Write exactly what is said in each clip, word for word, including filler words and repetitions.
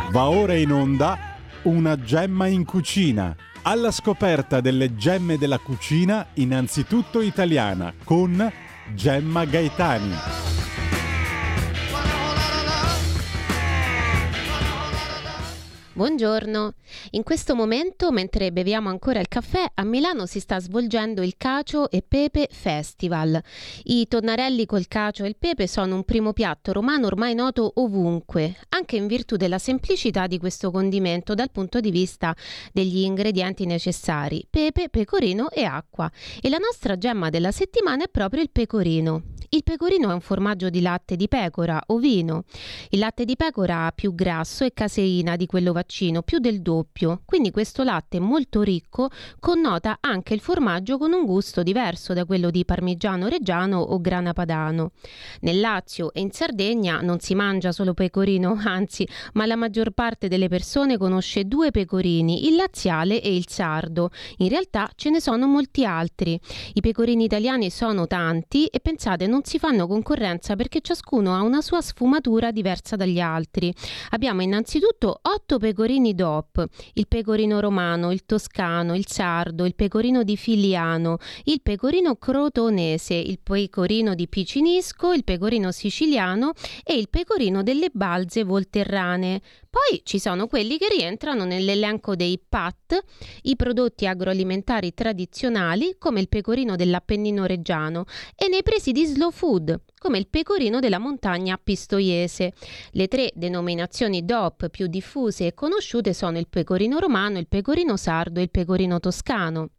Va ora in onda Una gemma in cucina, alla scoperta delle gemme della cucina, innanzitutto italiana, con Gemma Gaetani. Buongiorno, in questo momento, mentre beviamo ancora il caffè, a Milano si sta svolgendo il Cacio e Pepe Festival. I tonnarelli col cacio e il pepe sono un primo piatto romano ormai noto ovunque, anche in virtù della semplicità di questo condimento dal punto di vista degli ingredienti necessari: pepe, pecorino e acqua. E la nostra gemma della settimana è proprio il pecorino. Il pecorino è un formaggio di latte di pecora, ovino. Il latte di pecora ha più grasso e caseina di quello vaccino, più del doppio, quindi questo latte molto ricco connota anche il formaggio con un gusto diverso da quello di parmigiano reggiano o grana padano. Nel Lazio e in Sardegna non si mangia solo pecorino, anzi, ma la maggior parte delle persone conosce due pecorini, il laziale e il sardo. In realtà ce ne sono molti altri. I pecorini italiani sono tanti e pensate, non si fanno concorrenza perché ciascuno ha una sua sfumatura diversa dagli altri. Abbiamo innanzitutto otto pecorini D O P: il pecorino romano, il toscano, il sardo, il pecorino di Figliano, il pecorino crotonese, il pecorino di Picinisco, il pecorino siciliano e il pecorino delle Balze volterranee. Poi ci sono quelli che rientrano nell'elenco dei P A T, i prodotti agroalimentari tradizionali, come il pecorino dell'Appennino reggiano, e nei presidi slow food, come il pecorino della montagna pistoiese. Le tre denominazioni D O P più diffuse e conosciute sono il pecorino romano, il pecorino sardo e il pecorino toscano.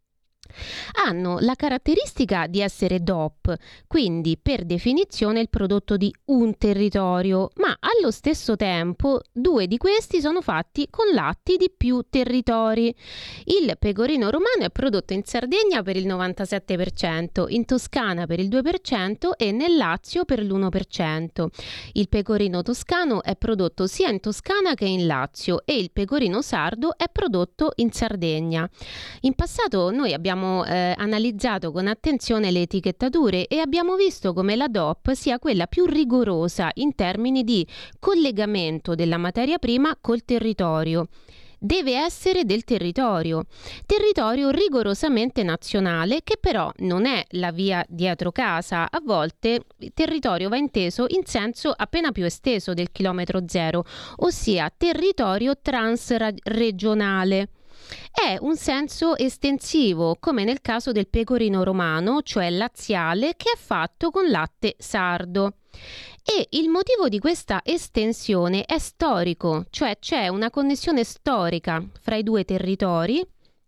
Hanno la caratteristica di essere D O P, quindi per definizione il prodotto di un territorio, ma allo stesso tempo due di questi sono fatti con latti di più territori. Il pecorino romano è prodotto in Sardegna per il novantasette per cento, in Toscana per il due per cento e nel Lazio per l'uno per cento. Il pecorino toscano è prodotto sia in Toscana che in Lazio e il pecorino sardo è prodotto in Sardegna. In passato noi abbiamo Abbiamo eh, analizzato con attenzione le etichettature e abbiamo visto come la D O P sia quella più rigorosa in termini di collegamento della materia prima col territorio. Deve essere del territorio, territorio rigorosamente nazionale, che però non è la via dietro casa. A volte il territorio va inteso in senso appena più esteso del chilometro zero, ossia territorio transregionale. È un senso estensivo, come nel caso del pecorino romano, cioè laziale, che è fatto con latte sardo. E il motivo di questa estensione è storico, cioè c'è una connessione storica fra i due territori,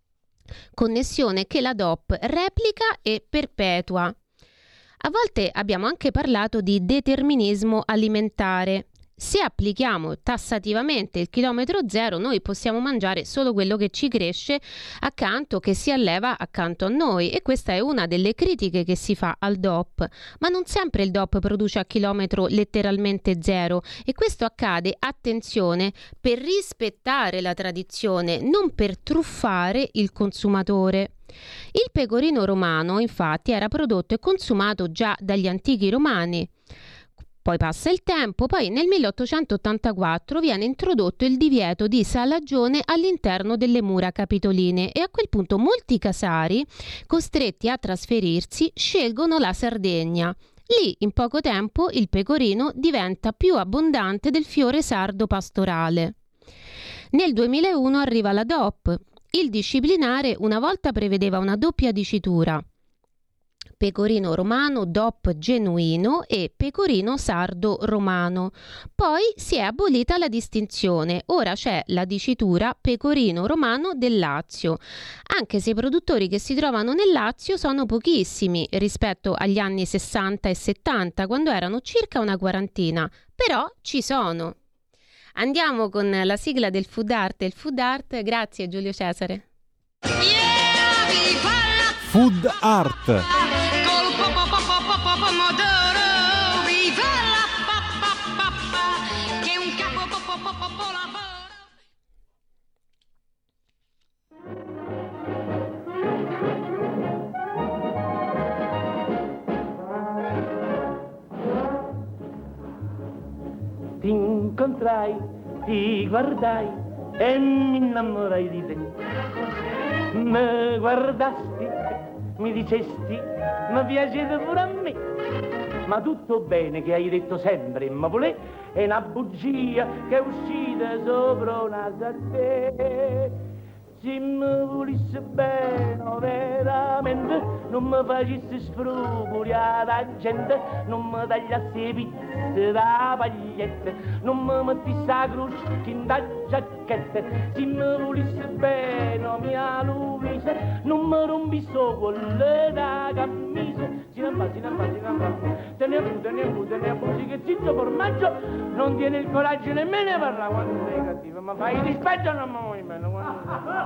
connessione che la D O P replica e perpetua. A volte abbiamo anche parlato di determinismo alimentare. Se applichiamo tassativamente il chilometro zero, noi possiamo mangiare solo quello che ci cresce accanto, che si alleva accanto a noi, e questa è una delle critiche che si fa al D O P. Ma non sempre il D O P produce a chilometro letteralmente zero, e questo accade, attenzione, per rispettare la tradizione, non per truffare il consumatore. Il pecorino romano, infatti, era prodotto e consumato già dagli antichi romani. Poi passa il tempo, poi nel milleottocentottantaquattro viene introdotto il divieto di salagione all'interno delle mura capitoline e a quel punto molti casari, costretti a trasferirsi, scelgono la Sardegna. Lì, in poco tempo, il pecorino diventa più abbondante del fiore sardo pastorale. Nel duemilauno arriva la D O P. Il disciplinare una volta prevedeva una doppia dicitura: pecorino romano D O P genuino e pecorino sardo romano. Poi si è abolita la distinzione, ora c'è la dicitura pecorino romano del Lazio, anche se i produttori che si trovano nel Lazio sono pochissimi rispetto agli anni sessanta e settanta, quando erano circa una quarantina, però ci sono. Andiamo con la sigla del Food Art. Il Food Art, grazie Giulio Cesare. Food Art. Ti incontrai Ti guardai e mi innamorai di te. Mi guardasti, mi dicesti, mi piacete pure a me. Ma tutto bene che hai detto sempre, ma volè, è una bugia che è uscita sopra una te. Se mi volesse bene veramente, non mi facesse scrupoli alla gente, non mi tagliasse pizze da pagliette, non mi mettesse la crusca in da giacchetta. Se mi volesse bene mia Luisa, non mi rompisse quelle da camicia. Si ne va, si ne va, si ne va, te ne fu, te ne fu, te ne fu, sì che zitto formaggio, non tiene il coraggio nemmeno di parlare quando sei cattivo, ma fai rispetto o non mi vuoi meno quando...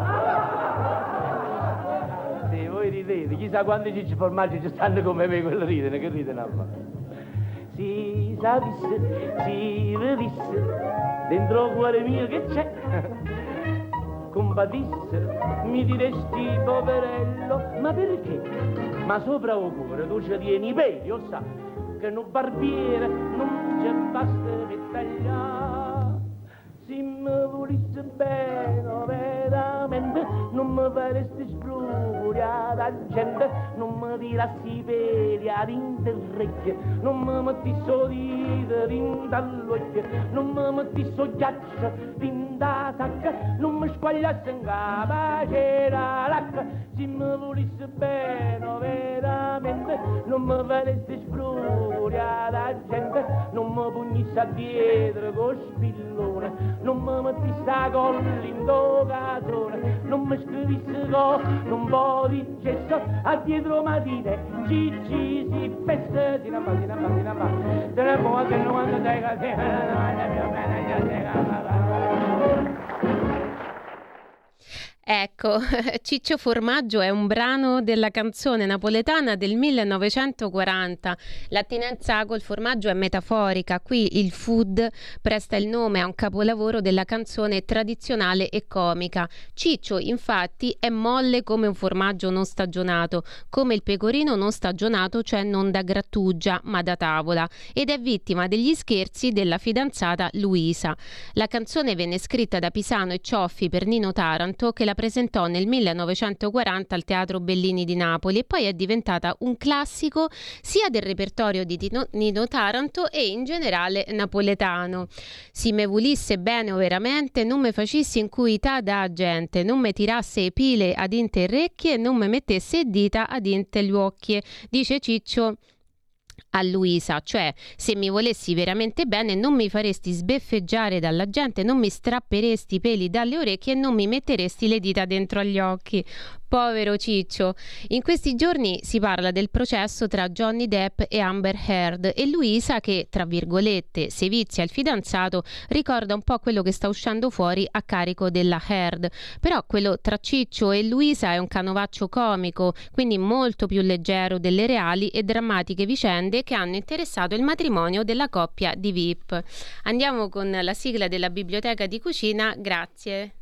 Sì, voi ridete, chissà quanti cicci formaggi ci stanno come me, quello ridene, che ridene a fare. Si sapesse, si vedesse, dentro il cuore mio che c'è, compatisse, mi diresti poverello, ma perché? Ma sopra il cuore tu ci tieni i peli, lo sa, che un barbiere non ci basta per tagliare. Se mi volesse bene veramente, non mi faresti scrupoli alla gente, non mi tirassi i peli ad interrecchie, non mi mettissi dita in dall'occhio, non mi mettissi ghiaccio in da sacca, non mi squagliassi in capo c'era l'acqua. Se mi volesse bene veramente, non mi faresti scrupoli alla gente, non mi pugnisse a dietro con spillone, non mi mettisse la colla in casone, non mi scrivisse con un po' di gesso a dietro matite, ci ci si pesse, si ne va, si ne va, si ne va, se ne può che non quando sei Ecco, Ciccio Formaggio è un brano della canzone napoletana del millenovecentoquaranta. L'attinenza col formaggio è metaforica, qui il food presta il nome a un capolavoro della canzone tradizionale e comica. Ciccio, infatti, è molle come un formaggio non stagionato, come il pecorino non stagionato, cioè non da grattugia, ma da tavola, ed è vittima degli scherzi della fidanzata Luisa. La canzone venne scritta da Pisano e Cioffi per Nino Taranto, che la presentò nel millenovecentoquaranta al Teatro Bellini di Napoli e poi è diventata un classico sia del repertorio di Tino, Nino Taranto e in generale napoletano. Si me volisse bene o veramente, non me facissi incuità da gente, non me tirasse pile ad inte orecchie, non me mettesse dita ad inte gli occhi, dice Ciccio a Luisa, cioè se mi volessi veramente bene non mi faresti sbeffeggiare dalla gente, non mi strapperesti i peli dalle orecchie e non mi metteresti le dita dentro agli occhi. Povero Ciccio. In questi giorni si parla del processo tra Johnny Depp e Amber Heard e Luisa che, tra virgolette, se vizia il fidanzato, ricorda un po' quello che sta uscendo fuori a carico della Heard. Però quello tra Ciccio e Luisa è un canovaccio comico, quindi molto più leggero delle reali e drammatiche vicende che hanno interessato il matrimonio della coppia di V I P. Andiamo con la sigla della Biblioteca di Cucina, grazie.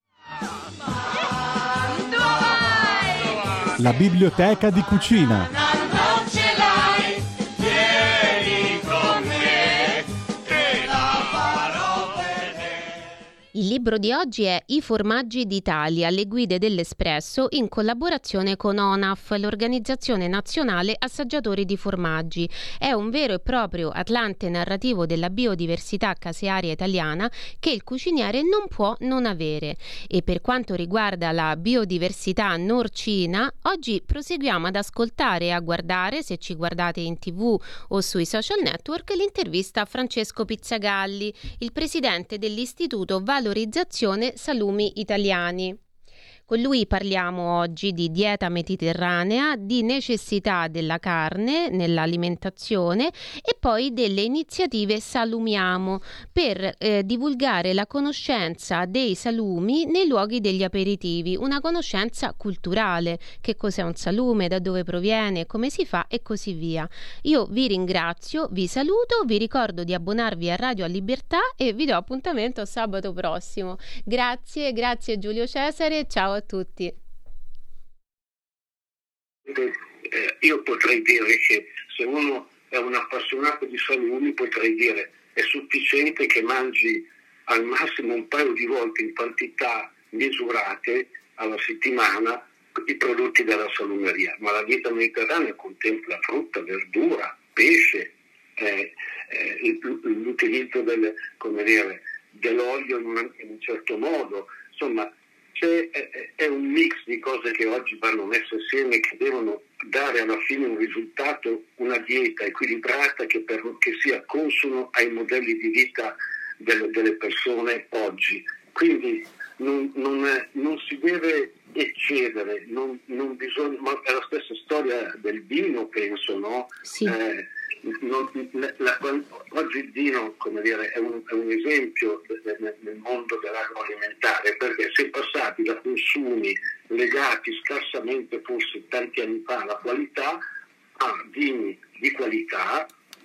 La Biblioteca di Cucina. Non ce l'hai, vieni con me, che la farò vedere. Il libro di oggi è I formaggi d'Italia, le guide dell'Espresso in collaborazione con O N A F, l'Organizzazione Nazionale Assaggiatori di Formaggi. È un vero e proprio atlante narrativo della biodiversità casearia italiana che il cuciniere non può non avere. E per quanto riguarda la biodiversità norcina, oggi proseguiamo ad ascoltare e a guardare, se ci guardate in tv o sui social network, l'intervista a Francesco Pizzagalli, il presidente dell'Istituto Valorizzazione Salumi Italiani. Con lui parliamo oggi di dieta mediterranea, di necessità della carne nell'alimentazione e poi delle iniziative Salumiamo per eh, divulgare la conoscenza dei salumi nei luoghi degli aperitivi, una conoscenza culturale, che cos'è un salume, da dove proviene, come si fa e così via. Io vi ringrazio, vi saluto, vi ricordo di abbonarvi a Radio a Libertà e vi do appuntamento sabato prossimo. Grazie, grazie Giulio Cesare, ciao a tutti. Eh, io potrei dire che se uno è un appassionato di salumi potrei dire è sufficiente che mangi al massimo un paio di volte in quantità misurate alla settimana i prodotti della salumeria, ma la dieta mediterranea contempla frutta, verdura, pesce, eh, eh, l'utilizzo del, come dire, dell'olio in un, in un certo modo, insomma c'è, è, è un mix di cose che oggi vanno messe assieme, che devono dare alla fine un risultato, una dieta equilibrata che, per, che sia consono ai modelli di vita delle, delle persone oggi. Quindi non, non, non si deve eccedere, non, non bisogna, ma è la stessa storia del vino, penso, no? Sì. Eh, non, la, la, oggi il vino, come dire, è un, è un esempio nel, nel mondo dell'agroalimentare, perché si è passati da consumi legati scarsamente, forse tanti anni fa, alla qualità, a vini di qualità,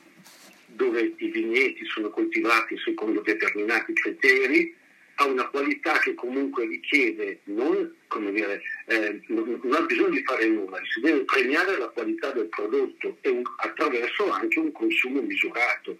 dove i vigneti sono coltivati secondo determinati criteri, ha una qualità che comunque richiede, non, come dire, eh, non, non ha bisogno di fare numeri, si deve premiare la qualità del prodotto e un, attraverso anche un consumo misurato.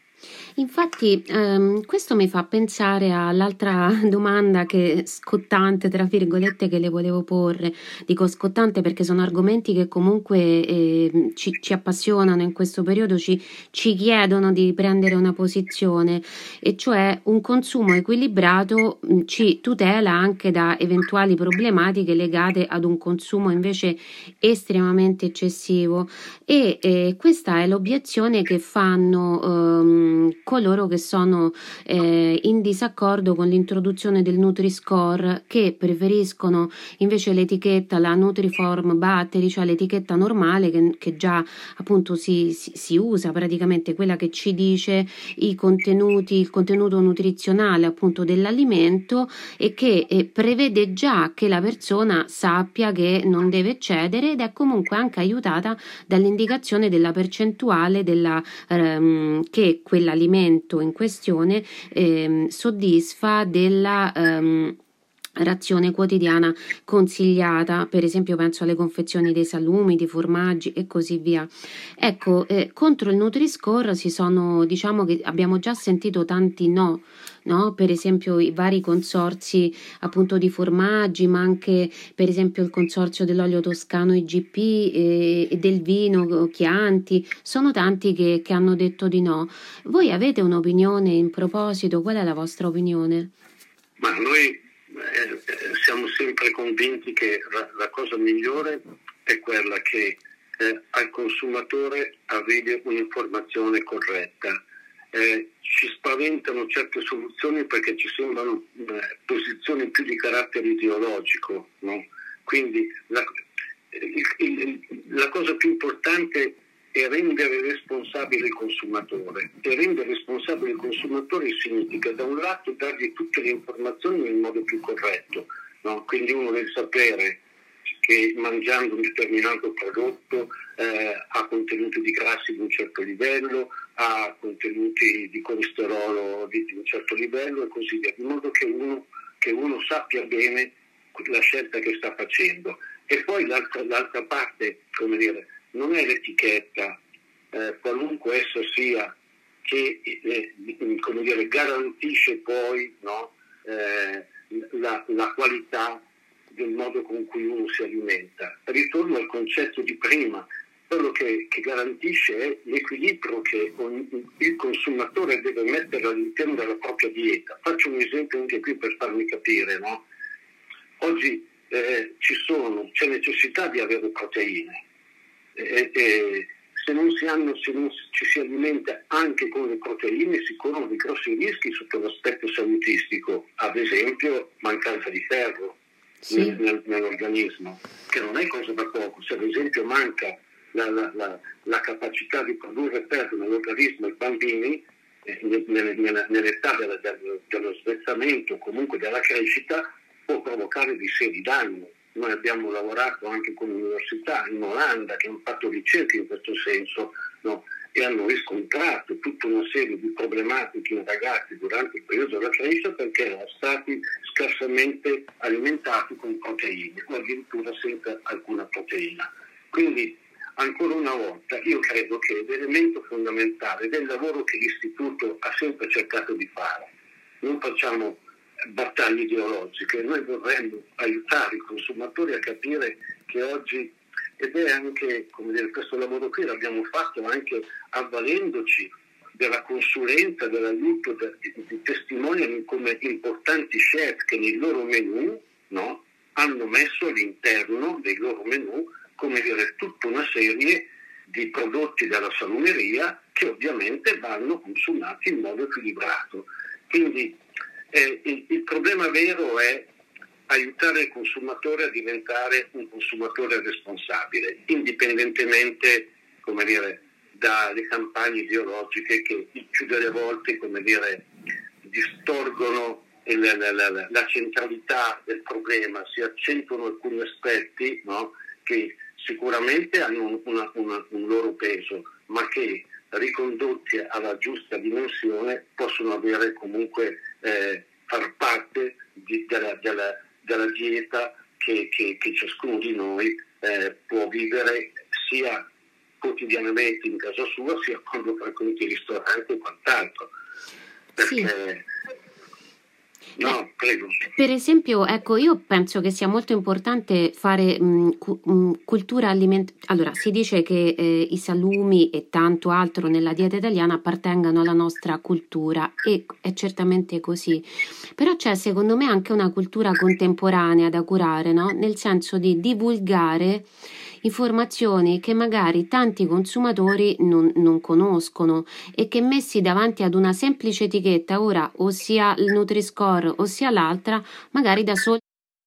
Infatti ehm, questo mi fa pensare all'altra domanda che scottante, tra virgolette, che le volevo porre. Dico scottante perché sono argomenti che comunque eh, ci, ci appassionano in questo periodo, ci, ci chiedono di prendere una posizione, e cioè un consumo equilibrato mh, ci tutela anche da eventuali problematiche legate ad un consumo invece estremamente eccessivo, e eh, questa è l'obiezione che fanno ehm, coloro che sono eh, in disaccordo con l'introduzione del Nutri-Score, che preferiscono invece l'etichetta, la Nutriform Battery, cioè l'etichetta normale che, che già appunto si, si, si usa, praticamente quella che ci dice i contenuti, il contenuto nutrizionale appunto dell'alimento, e che eh, prevede già che la persona sappia che non deve eccedere, ed è comunque anche aiutata dall'indicazione della percentuale della ehm, che quell'alimento in questione ehm, soddisfa della ehm, razione quotidiana consigliata. Per esempio penso alle confezioni dei salumi, dei formaggi e così via. Ecco, eh, contro il Nutri-Score si sono, diciamo che abbiamo già sentito tanti no, no? Per esempio i vari consorzi appunto di formaggi, ma anche per esempio il consorzio dell'olio toscano I G P e, e del vino Chianti, sono tanti che, che hanno detto di no. Voi avete un'opinione in proposito? Qual è la vostra opinione? Ma noi Eh, siamo sempre convinti che la, la cosa migliore è quella che eh, al consumatore arrivi un'informazione corretta. Eh, ci spaventano certe soluzioni perché ci sembrano eh, posizioni più di carattere ideologico, no? Quindi la, il, il, la cosa più importante è rendere responsabile il consumatore. E rendere responsabile il consumatore significa da un lato dargli tutte le informazioni nel modo più corretto, no? Quindi uno deve sapere che mangiando un determinato prodotto eh, ha contenuti di grassi di un certo livello, ha contenuti di colesterolo di, di un certo livello e così via, in modo che uno, che uno sappia bene la scelta che sta facendo. E poi l'altra, l'altra parte, come dire, non è l'etichetta, eh, qualunque essa sia, che eh, come dire, garantisce poi, no, eh, la, la qualità del modo con cui uno si alimenta. Ritorno al concetto di prima, quello che, che garantisce è l'equilibrio che ogni, il consumatore deve mettere all'interno della propria dieta. Faccio un esempio anche qui per farmi capire, no? Oggi eh, ci sono, c'è necessità di avere proteine. E, e, se non si hanno, se non ci si alimenta anche con le proteine, si corrono dei grossi rischi sotto l'aspetto salutistico, ad esempio mancanza di ferro, sì, nel, nel, nell'organismo, che non è cosa da poco. Se ad esempio manca la, la, la, la capacità di produrre ferro nell'organismo dei bambini, eh, nel, nell'età della, dello, dello svezzamento, comunque della crescita, può provocare dei seri danni. Noi abbiamo lavorato anche con l'università in Olanda che hanno fatto ricerche in questo senso, no? E hanno riscontrato tutta una serie di problematiche in ragazzi durante il periodo della crescita perché erano stati scarsamente alimentati con proteine o addirittura senza alcuna proteina. Quindi ancora una volta io credo che l'elemento fondamentale del lavoro che l'Istituto ha sempre cercato di fare non facciamo battaglie ideologiche, noi vorremmo aiutare i consumatori a capire che oggi, ed è anche, come dire, questo lavoro qui l'abbiamo fatto anche avvalendoci della consulenza, dell'aiuto di, di testimonial come importanti chef che nei loro menù, no, hanno messo all'interno dei loro menù, come dire, tutta una serie di prodotti della salumeria che ovviamente vanno consumati in modo equilibrato. Quindi eh, il, il problema vero è aiutare il consumatore a diventare un consumatore responsabile, indipendentemente, come dire, dalle campagne ideologiche che il più delle volte, come dire, distorgono la, la, la, la centralità del problema, si accentuano alcuni aspetti, no, che sicuramente hanno una, una, un loro peso, ma che ricondotti alla giusta dimensione possono avere comunque eh, far parte di, della, della, della dieta che, che, che ciascuno di noi eh, può vivere sia quotidianamente in casa sua, sia quando frequenti il ristorante e quant'altro. Perché sì. No, prego. Per esempio, ecco, io penso che sia molto importante fare mh, cu- mh, cultura alimentare. Allora, si dice che eh, i salumi e tanto altro nella dieta italiana appartengano alla nostra cultura e è certamente così. Però c'è secondo me anche una cultura contemporanea da curare, no? Nel senso di divulgare informazioni che magari tanti consumatori non, non conoscono e che messi davanti ad una semplice etichetta, ora o sia il Nutri-Score o sia l'altra, magari da soli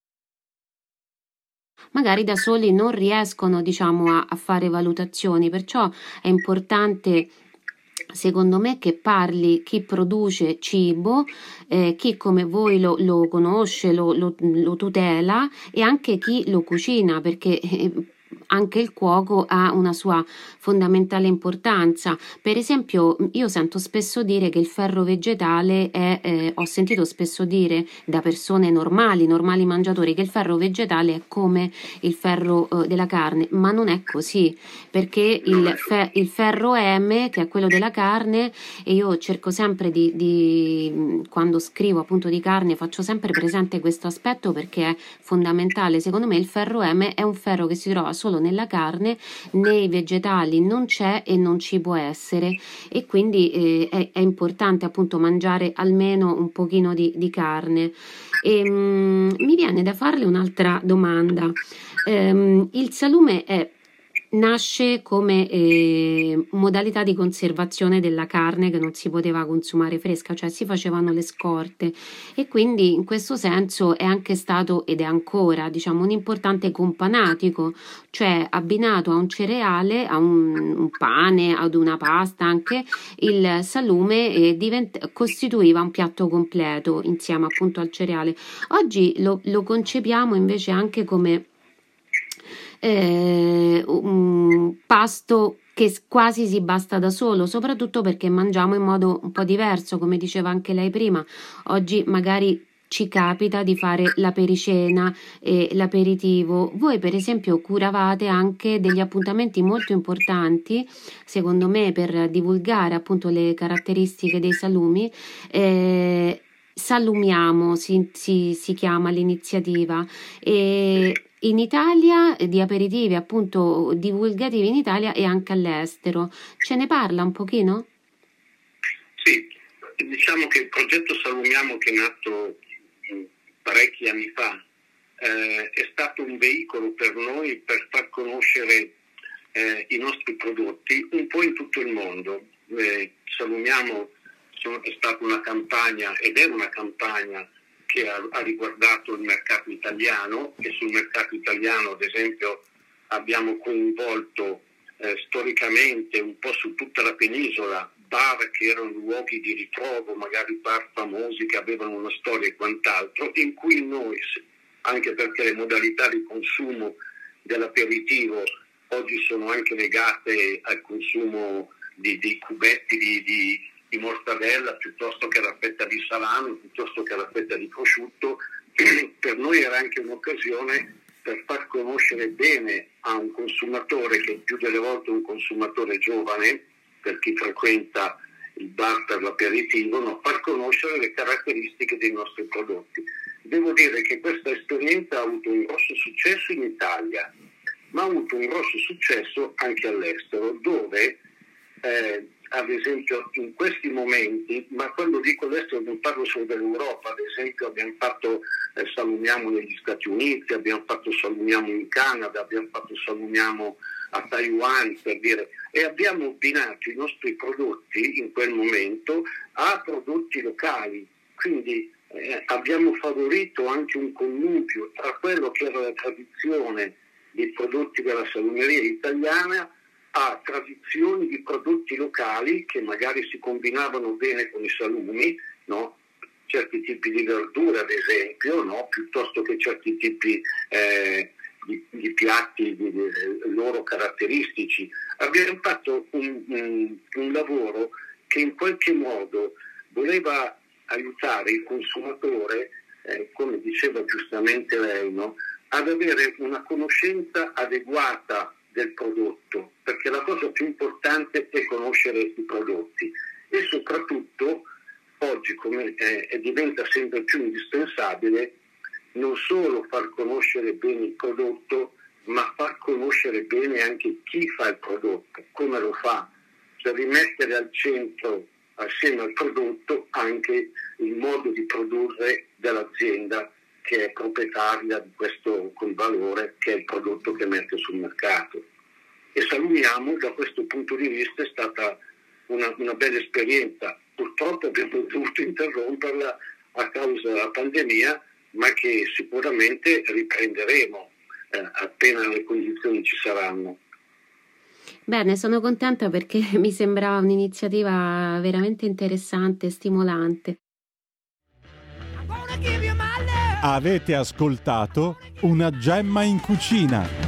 magari da soli non riescono, diciamo, a, a fare valutazioni, perciò è importante secondo me che parli chi produce cibo, eh, chi come voi lo, lo conosce, lo, lo, lo tutela e anche chi lo cucina, perché eh, anche il cuoco ha una sua fondamentale importanza. Per esempio, io sento spesso dire che il ferro vegetale è, eh, ho sentito spesso dire da persone normali, normali mangiatori, che il ferro vegetale è come il ferro eh, della carne, ma non è così, perché il, fe- il ferro M, che è quello della carne, e io cerco sempre di, di, quando scrivo appunto di carne, faccio sempre presente questo aspetto perché è fondamentale. Secondo me il ferro M è un ferro che si trova solo nella carne, nei vegetali non c'è e non ci può essere, e quindi eh, è, è importante appunto mangiare almeno un pochino di, di carne. E, mm, mi viene da farle un'altra domanda. Ehm, il salume è nasce come eh, modalità di conservazione della carne che non si poteva consumare fresca, cioè si facevano le scorte, e quindi in questo senso è anche stato ed è ancora, diciamo, un importante companatico, cioè abbinato a un cereale, a un, un pane, ad una pasta, anche il salume eh, divent- costituiva un piatto completo insieme appunto al cereale. Oggi lo, lo concepiamo invece anche come Eh, un pasto che quasi si basta da solo, soprattutto perché mangiamo in modo un po' diverso, come diceva anche lei prima. Oggi magari ci capita di fare la pericena e l'aperitivo. Voi per esempio curavate anche degli appuntamenti molto importanti, secondo me, per divulgare appunto le caratteristiche dei salumi. eh, Salumiamo si, si, si chiama l'iniziativa, e in Italia di aperitivi appunto divulgativi in Italia e anche all'estero. Ce ne parla un pochino? Sì, diciamo che il progetto Salumiamo, che è nato parecchi anni fa, eh, è stato un veicolo per noi per far conoscere eh, i nostri prodotti un po' in tutto il mondo. Eh, Salumiamo è stata una campagna ed è una campagna che ha, ha riguardato il mercato italiano, e sul mercato italiano ad esempio abbiamo coinvolto eh, storicamente un po' su tutta la penisola bar che erano luoghi di ritrovo, magari bar famosi che avevano una storia e quant'altro, in cui noi, anche perché le modalità di consumo dell'aperitivo oggi sono anche legate al consumo di, di cubetti di, di di mortadella piuttosto che la fetta di salame, piuttosto che la fetta di prosciutto, per noi era anche un'occasione per far conoscere bene a un consumatore, che più delle volte è un consumatore giovane, per chi frequenta il bar per l'aperitivo, no? Far conoscere le caratteristiche dei nostri prodotti. Devo dire che questa esperienza ha avuto un grosso successo in Italia, ma ha avuto un grosso successo anche all'estero, dove eh, ad esempio in questi momenti, ma quando dico all'estero non parlo solo dell'Europa, ad esempio abbiamo fatto eh, Salumiamo negli Stati Uniti, abbiamo fatto Salumiamo in Canada, abbiamo fatto Salumiamo a Taiwan, per dire, e abbiamo abbinato i nostri prodotti in quel momento a prodotti locali, quindi eh, abbiamo favorito anche un connubio tra quello che era la tradizione dei prodotti della salumeria italiana a tradizioni di prodotti locali che magari si combinavano bene con i salumi, no? Certi tipi di verdure ad esempio, no? Piuttosto che certi tipi eh, di, di piatti di, di, loro caratteristici. Abbiamo fatto un, un, un lavoro che in qualche modo voleva aiutare il consumatore, eh, come diceva giustamente lei, no? Ad avere una conoscenza adeguata del prodotto, perché la cosa più importante è conoscere i prodotti e soprattutto oggi come eh, diventa sempre più indispensabile non solo far conoscere bene il prodotto, ma far conoscere bene anche chi fa il prodotto, come lo fa, cioè rimettere al centro assieme al prodotto anche il modo di produrre dell'azienda che è proprietaria di questo col valore che è il prodotto che mette sul mercato. E Salumiamo da questo punto di vista è stata una, una bella esperienza. Purtroppo abbiamo dovuto interromperla a causa della pandemia, ma che sicuramente riprenderemo eh, appena le condizioni ci saranno. Bene, sono contenta perché mi sembra un'iniziativa veramente interessante e stimolante. Avete ascoltato Una gemma in cucina.